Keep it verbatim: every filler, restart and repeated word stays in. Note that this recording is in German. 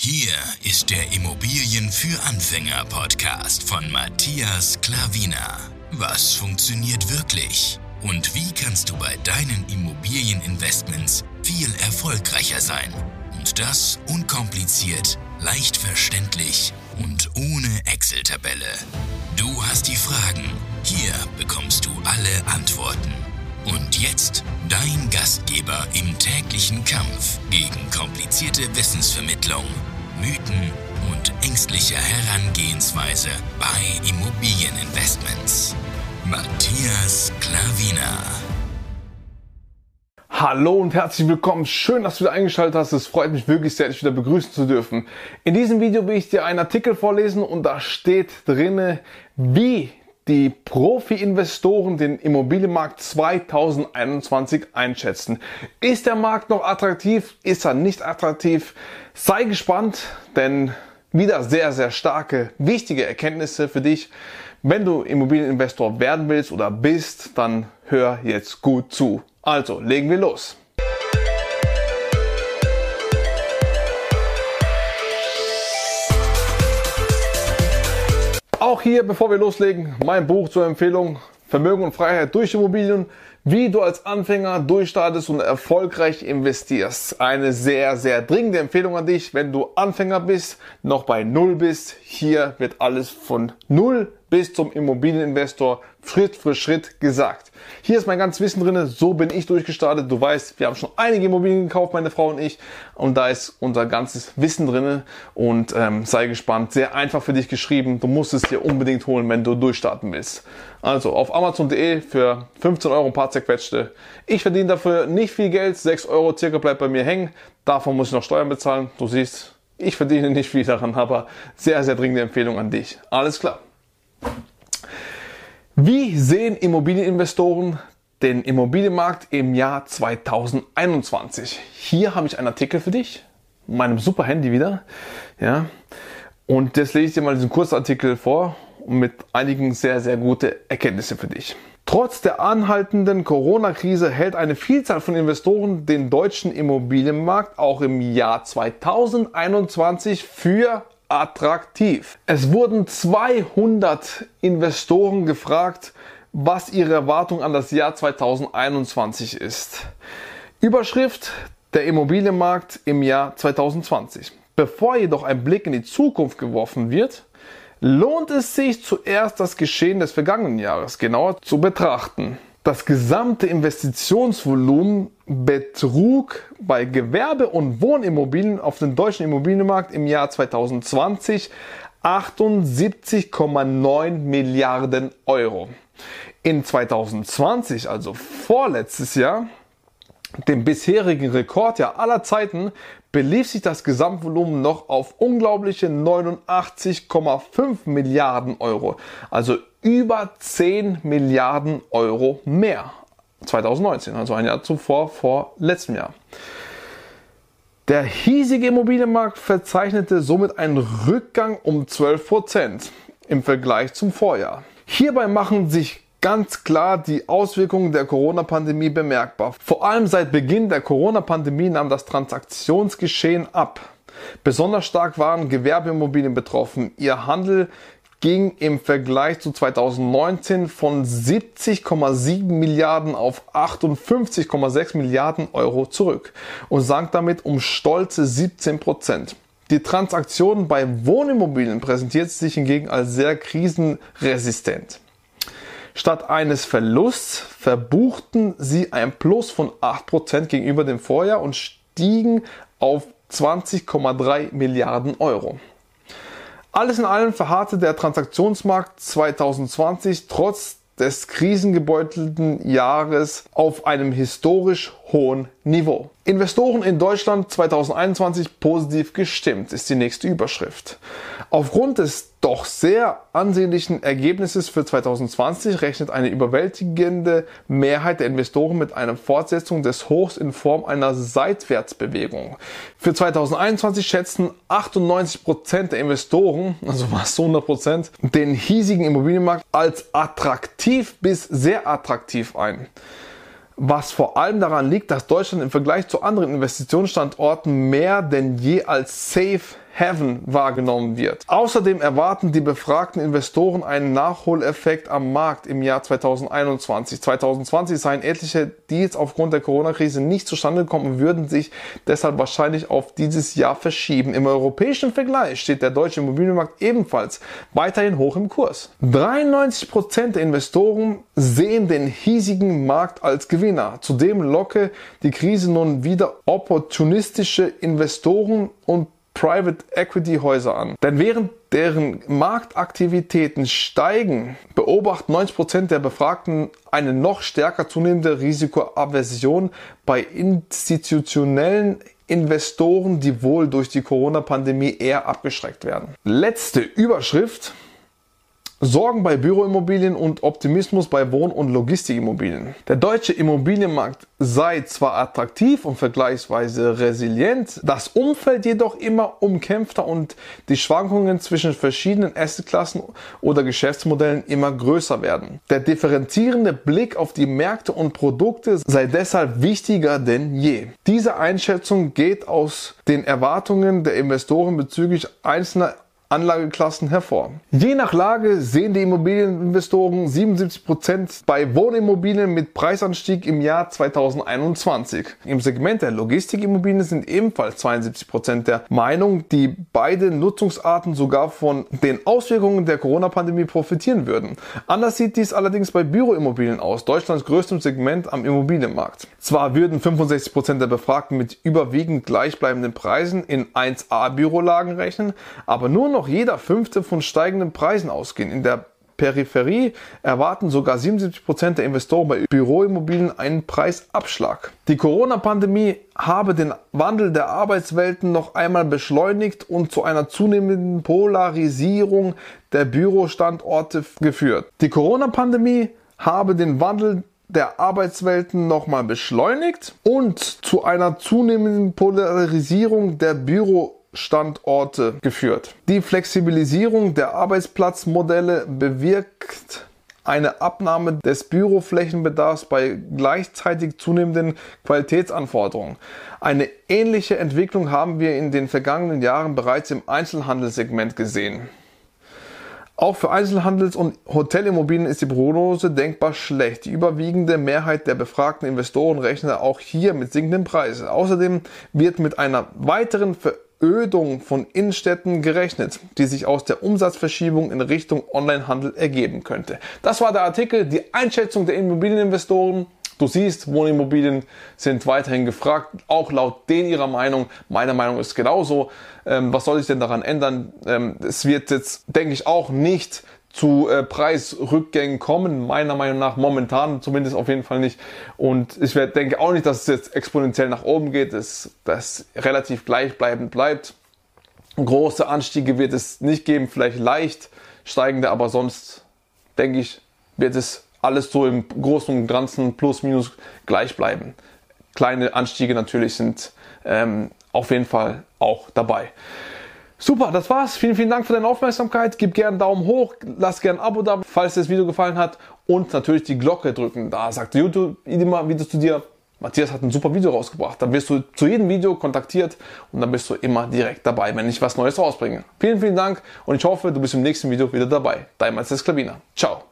Hier ist der Immobilien für Anfänger Podcast von Matthias Klavina. Was funktioniert wirklich? Und wie kannst du bei deinen Immobilieninvestments viel erfolgreicher sein? Und das unkompliziert, leicht verständlich und ohne Excel-Tabelle. Du hast die Fragen, hier bekommst du alle Antworten. Und jetzt dein Gastgeber im täglichen Kampf gegen komplizierte Wissensvermittlung, Mythen und ängstliche Herangehensweise bei Immobilieninvestments. Matthias Klavina. Hallo und herzlich willkommen. Schön, dass du wieder eingeschaltet hast. Es freut mich wirklich sehr, dich wieder begrüßen zu dürfen. In diesem Video will ich dir einen Artikel vorlesen und da steht drinne, wie die Profi-Investoren den Immobilienmarkt zweitausendeinundzwanzig einschätzen. Ist der Markt noch attraktiv? Ist er nicht attraktiv? Sei gespannt, denn wieder sehr, sehr starke, wichtige Erkenntnisse für dich. Wenn du Immobilieninvestor werden willst oder bist, dann hör jetzt gut zu. Also, legen wir los. Auch hier, bevor wir loslegen, mein Buch zur Empfehlung Vermögen und Freiheit durch Immobilien, wie du als Anfänger durchstartest und erfolgreich investierst. Eine sehr, sehr dringende Empfehlung an dich, wenn du Anfänger bist, noch bei Null bist. Hier wird alles von Null bis zum Immobilieninvestor Schritt für Schritt gesagt. Hier ist mein ganzes Wissen drin, so bin ich durchgestartet. Du weißt, wir haben schon einige Immobilien gekauft, meine Frau und ich, und da ist unser ganzes Wissen drin und ähm, sei gespannt, sehr einfach für dich geschrieben. Du musst es dir unbedingt holen, wenn du durchstarten willst. Also auf amazon punkt de für fünfzehn Euro ein paar zerquetschte. Ich verdiene dafür nicht viel Geld, sechs Euro circa bleibt bei mir hängen. Davon muss ich noch Steuern bezahlen. Du siehst, ich verdiene nicht viel daran, aber sehr, sehr dringende Empfehlung an dich. Alles klar. Wie sehen Immobilieninvestoren den Immobilienmarkt im Jahr zweitausendeinundzwanzig? Hier habe ich einen Artikel für dich, meinem super Handy wieder, ja, und jetzt lese ich dir mal diesen Kurzartikel vor mit einigen sehr, sehr gute Erkenntnissen für dich. Trotz der anhaltenden Corona-Krise hält eine Vielzahl von Investoren den deutschen Immobilienmarkt auch im Jahr zweitausendeinundzwanzig für attraktiv. Es wurden zweihundert Investoren gefragt, was ihre Erwartung an das Jahr zweitausendeinundzwanzig ist. Überschrift: Der Immobilienmarkt im Jahr zweitausendzwanzig. Bevor jedoch ein Blick in die Zukunft geworfen wird, lohnt es sich zuerst das Geschehen des vergangenen Jahres genauer zu betrachten. Das gesamte Investitionsvolumen betrug bei Gewerbe- und Wohnimmobilien auf dem deutschen Immobilienmarkt im Jahr zweitausendzwanzig achtundsiebzig Komma neun Milliarden Euro. In zweitausendzwanzig, also vorletztes Jahr, dem bisherigen Rekordjahr aller Zeiten, belief sich das Gesamtvolumen noch auf unglaubliche neunundachtzig Komma fünf Milliarden Euro. Also über zehn Milliarden Euro mehr. zweitausendneunzehn, also ein Jahr zuvor, vor letztem Jahr. Der hiesige Immobilienmarkt verzeichnete somit einen Rückgang um zwölf Prozent im Vergleich zum Vorjahr. Hierbei machen sich ganz klar die Auswirkungen der Corona-Pandemie bemerkbar. Vor allem seit Beginn der Corona-Pandemie nahm das Transaktionsgeschehen ab. Besonders stark waren Gewerbeimmobilien betroffen. Ihr Handel ging im Vergleich zu zweitausendneunzehn von siebzig Komma sieben Milliarden auf achtundfünfzig Komma sechs Milliarden Euro zurück und sank damit um stolze siebzehn Prozent. Die Transaktionen bei Wohnimmobilien präsentierten sich hingegen als sehr krisenresistent. Statt eines Verlusts verbuchten sie ein Plus von acht Prozent gegenüber dem Vorjahr und stiegen auf zwanzig Komma drei Milliarden Euro. Alles in allem verharrte der Transaktionsmarkt zweitausendzwanzig trotz des krisengebeutelten Jahres auf einem historisch hohen Niveau. Investoren in Deutschland zweitausendeinundzwanzig positiv gestimmt, ist die nächste Überschrift. Aufgrund des doch sehr ansehnlichen Ergebnisses für zweitausendzwanzig rechnet eine überwältigende Mehrheit der Investoren mit einer Fortsetzung des Hochs in Form einer Seitwärtsbewegung. Für zweitausendeinundzwanzig schätzen achtundneunzig Prozent der Investoren, also fast hundert Prozent, den hiesigen Immobilienmarkt als attraktiv bis sehr attraktiv ein. Was vor allem daran liegt, dass Deutschland im Vergleich zu anderen Investitionsstandorten mehr denn je als Safe Haven wahrgenommen wird. Außerdem erwarten die befragten Investoren einen Nachholeffekt am Markt im Jahr zweitausendeinundzwanzig. zweitausendzwanzig seien etliche Deals aufgrund der Corona-Krise nicht zustande gekommen und würden sich deshalb wahrscheinlich auf dieses Jahr verschieben. Im europäischen Vergleich steht der deutsche Immobilienmarkt ebenfalls weiterhin hoch im Kurs. dreiundneunzig Prozent der Investoren sehen den hiesigen Markt als Gewinner. Zudem locke die Krise nun wieder opportunistische Investoren und Private Equity Häuser an. Denn während deren Marktaktivitäten steigen, beobachten neunzig Prozent der Befragten eine noch stärker zunehmende Risikoaversion bei institutionellen Investoren, die wohl durch die Corona-Pandemie eher abgeschreckt werden. Letzte Überschrift: Sorgen bei Büroimmobilien und Optimismus bei Wohn- und Logistikimmobilien. Der deutsche Immobilienmarkt sei zwar attraktiv und vergleichsweise resilient, das Umfeld jedoch immer umkämpfter und die Schwankungen zwischen verschiedenen Assetklassen oder Geschäftsmodellen immer größer werden. Der differenzierende Blick auf die Märkte und Produkte sei deshalb wichtiger denn je. Diese Einschätzung geht aus den Erwartungen der Investoren bezüglich einzelner Anlageklassen hervor. Je nach Lage sehen die Immobilieninvestoren siebenundsiebzig Prozent bei Wohnimmobilien mit Preisanstieg im Jahr zweitausendeinundzwanzig. Im Segment der Logistikimmobilien sind ebenfalls zweiundsiebzig Prozent der Meinung, die beide Nutzungsarten sogar von den Auswirkungen der Corona-Pandemie profitieren würden. Anders sieht dies allerdings bei Büroimmobilien aus, Deutschlands größtem Segment am Immobilienmarkt. Zwar würden fünfundsechzig Prozent der Befragten mit überwiegend gleichbleibenden Preisen in eins A Bürolagen rechnen, aber nur noch jeder Fünfte von steigenden Preisen ausgehen. In der Peripherie erwarten sogar siebenundsiebzig Prozent der Investoren bei Büroimmobilien einen Preisabschlag. Die Corona-Pandemie habe den Wandel der Arbeitswelten noch einmal beschleunigt und zu einer zunehmenden Polarisierung der Bürostandorte geführt. Die Corona-Pandemie habe den Wandel der Arbeitswelten nochmal beschleunigt und zu einer zunehmenden Polarisierung der Bürostandorte Standorte geführt. Die Flexibilisierung der Arbeitsplatzmodelle bewirkt eine Abnahme des Büroflächenbedarfs bei gleichzeitig zunehmenden Qualitätsanforderungen. Eine ähnliche Entwicklung haben wir in den vergangenen Jahren bereits im Einzelhandelssegment gesehen. Auch für Einzelhandels- und Hotelimmobilien ist die Prognose denkbar schlecht. Die überwiegende Mehrheit der befragten Investoren rechnet auch hier mit sinkenden Preisen. Außerdem wird mit einer weiteren Verödung von Innenstädten gerechnet, die sich aus der Umsatzverschiebung in Richtung Onlinehandel ergeben könnte. Das war der Artikel, die Einschätzung der Immobilieninvestoren. Du siehst, Wohnimmobilien sind weiterhin gefragt, auch laut denen ihrer Meinung. Meine Meinung ist genauso. Ähm, was soll sich denn daran ändern? Ähm, es wird jetzt, denke ich, auch nicht zu äh, Preisrückgängen kommen, meiner Meinung nach momentan zumindest auf jeden Fall nicht. Und ich werd, denke auch nicht, dass es jetzt exponentiell nach oben geht, dass das relativ gleichbleibend bleibt. Große Anstiege wird es nicht geben, vielleicht leicht steigende, aber sonst denke ich, wird es alles so im Großen und Ganzen plus minus gleich bleiben. Kleine Anstiege natürlich sind ähm, auf jeden Fall auch dabei. Super, das war's. Vielen, vielen Dank für deine Aufmerksamkeit. Gib gerne einen Daumen hoch, lass gerne ein Abo da, falls dir das Video gefallen hat. Und natürlich die Glocke drücken. Da sagt YouTube immer wieder zu dir, Matthias hat ein super Video rausgebracht. Dann wirst du zu jedem Video kontaktiert und dann bist du immer direkt dabei, wenn ich was Neues rausbringe. Vielen, vielen Dank und ich hoffe, du bist im nächsten Video wieder dabei. Dein Matthias Klavina. Ciao.